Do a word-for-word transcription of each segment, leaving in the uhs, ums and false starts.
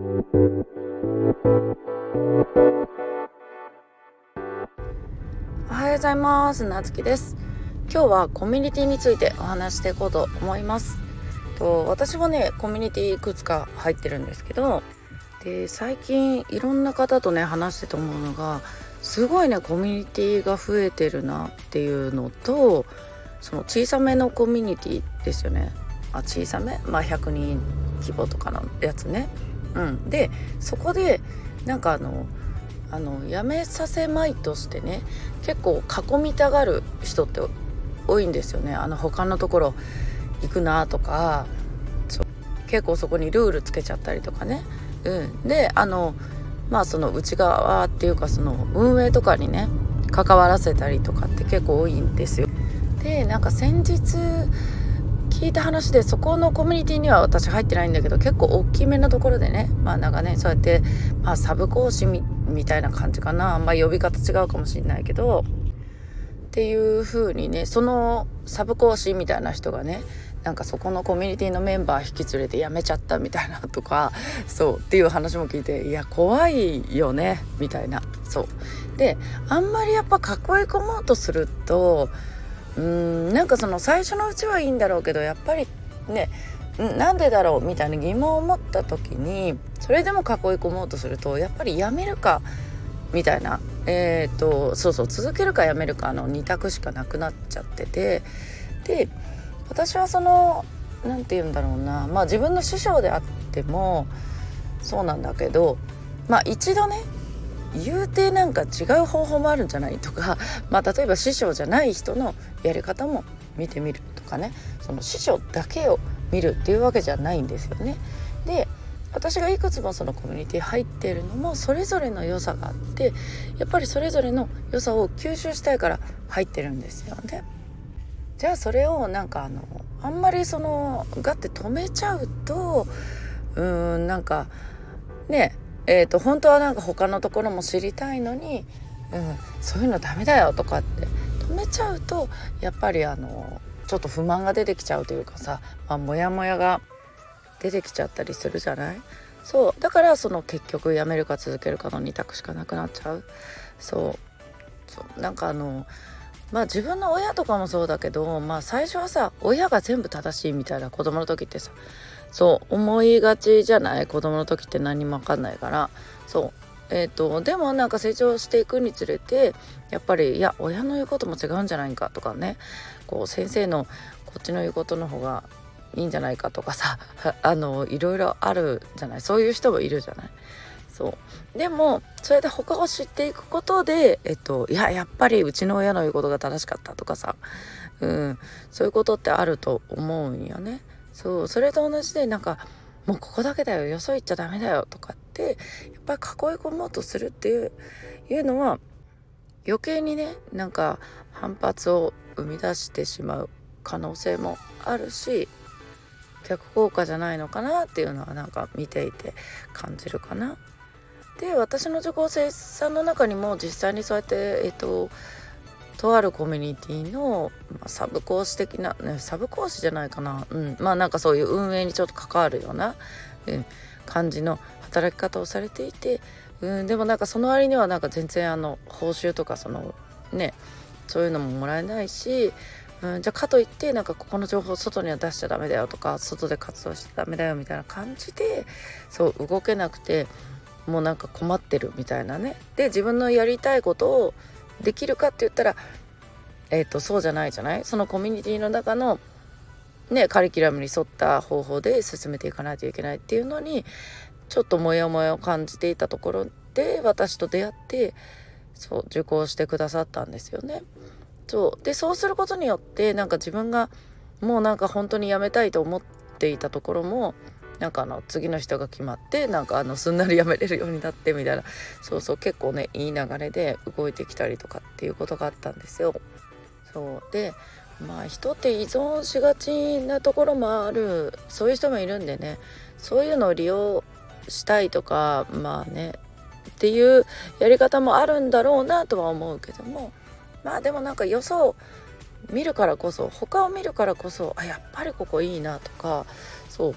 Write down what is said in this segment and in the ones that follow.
おはようございます。なつきです。今日はコミュニティについてお話していこうと思います。と私もねコミュニティいくつか入ってるんですけど、で最近いろんな方とね話してて思うのが、すごいねコミュニティが増えてるなっていうのと、その小さめのコミュニティですよね。あ小さめ、まあひゃくにん規模とかのやつね。うん、でそこでなんかあのあの辞めさせまいとしてね、結構囲みたがる人って多いんですよね。あの他のところ行くなとか、そう結構そこにルールつけちゃったりとかね。うん、であのまあその内側っていうかその運営とかにね関わらせたりとかって結構多いんですよ。でなんか先日聞いた話で、そこのコミュニティには私入ってないんだけど、結構大きめなところでね、まあなんかねそうやって、まあ、サブ講師 み, みたいな感じかな、まあ呼び方違うかもしれないけどっていう風にね、そのサブ講師みたいな人がね、なんかそこのコミュニティのメンバー引き連れて辞めちゃったみたいなとか、そうっていう話も聞いて、いや怖いよねみたいな。そうであんまりやっぱ囲い込もうとすると、うーんなんかその最初のうちはいいんだろうけど、やっぱりねなんでだろうみたいな疑問を持った時に、それでも囲い込もうとするとやっぱりやめるかみたいな、えーとそうそう続けるかやめるかのに択しかなくなっちゃってて、で私はそのなんて言うんだろうな、まあ自分の師匠であってもそうなんだけど、まあ一度ね言うてなんか違う方法もあるんじゃないとか、まあ例えば師匠じゃない人のやり方も見てみるとかね、その師匠だけを見るっていうわけじゃないんですよね。で私がいくつもそのコミュニティ入っているのもそれぞれの良さがあって、やっぱりそれぞれの良さを吸収したいから入ってるんですよね。じゃあそれをなんかあのあんまりそのガッて止めちゃうと、うーんなんかねえーと本当はなんか他のところも知りたいのに、うん、そういうのダメだよとかって止めちゃうと、やっぱりあのちょっと不満が出てきちゃうというかさ、まあ、モヤモヤが出てきちゃったりするじゃない。そうだからその結局やめるか続けるかのに択しかなくなっちゃう。そうそうなんかあのまあ自分の親とかもそうだけど、まあ最初はさ親が全部正しいみたいな子供の時ってさ、そう思いがちじゃない。子供の時って何も分かんないから。そうえーとでもなんか成長していくにつれて、やっぱりいや親の言うことも違うんじゃないかとかね、こう先生のこっちの言うことの方がいいんじゃないかとかさあのいろいろあるじゃない。そういう人もいるじゃない。そうでもそれで他を知っていくことで、えっといややっぱりうちの親の言うことが正しかったとかさ、うん、そういうことってあると思うんよね。そうそれと同じで、なんかもうここだけだよ、よそ行っちゃダメだよとかってやっぱり囲い込もうとするっていういうのは、余計にねなんか反発を生み出してしまう可能性もあるし、逆効果じゃないのかなっていうのはなんか見ていて感じるかな。で私の受講生さんの中にも実際にそうやってえっととあるコミュニティの、まあ、サブ講師的な、ね、サブ講師じゃないかな、うん、まあなんかそういう運営にちょっと関わるような、うん、感じの働き方をされていて、うん、でもなんかその割にはなんか全然あの報酬とかそのねそういうのももらえないし、うん、じゃあかといってなんかここの情報を外には出しちゃダメだよとか、外で活動しちゃダメだよみたいな感じで、そう動けなくてもうなんか困ってるみたいなね。で自分のやりたいことをできるかって言ったら、えーと、そうじゃないじゃない。そのコミュニティの中のねカリキュラムに沿った方法で進めていかないといけないっていうのにちょっとモヤモヤを感じていたところで、私と出会ってそう受講してくださったんですよね。そうでそうすることによってなんか自分がもうなんか本当にやめたいと思っていたところも、なんかあの次の人が決まってなんかあのすんなりやめれるようになってみたいな、そうそう結構ねいい流れで動いてきたりとかっていうことがあったんですよ。そうでまあ人って依存しがちなところもある、そういう人もいるんでね、そういうのを利用したいとかまあねっていうやり方もあるんだろうなとは思うけども、まあでもなんかよそを見るからこそ、他を見るからこそ、あやっぱりここいいなとか、そう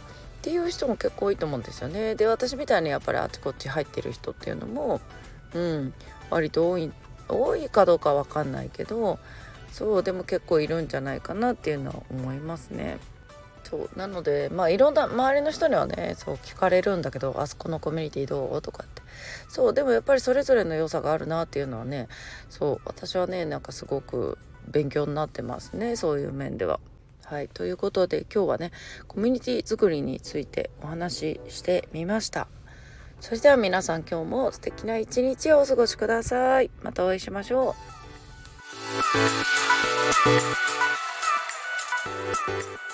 っていう人も結構多いと思うんですよね。で私みたいにやっぱりあちこち入ってる人っていうのも、うん、割と多い多いかどうかわかんないけど、そうでも結構いるんじゃないかなっていうのは思いますね。そうなのでまあいろんな周りの人にはねそう聞かれるんだけど、あそこのコミュニティどうとかって、そうでもやっぱりそれぞれの良さがあるなっていうのはね、そう私はねなんかすごく勉強になってますね、そういう面では。はい、ということで今日はねコミュニティ作りについてお話ししてみました。それでは皆さん今日も素敵な一日をお過ごしください。またお会いしましょう。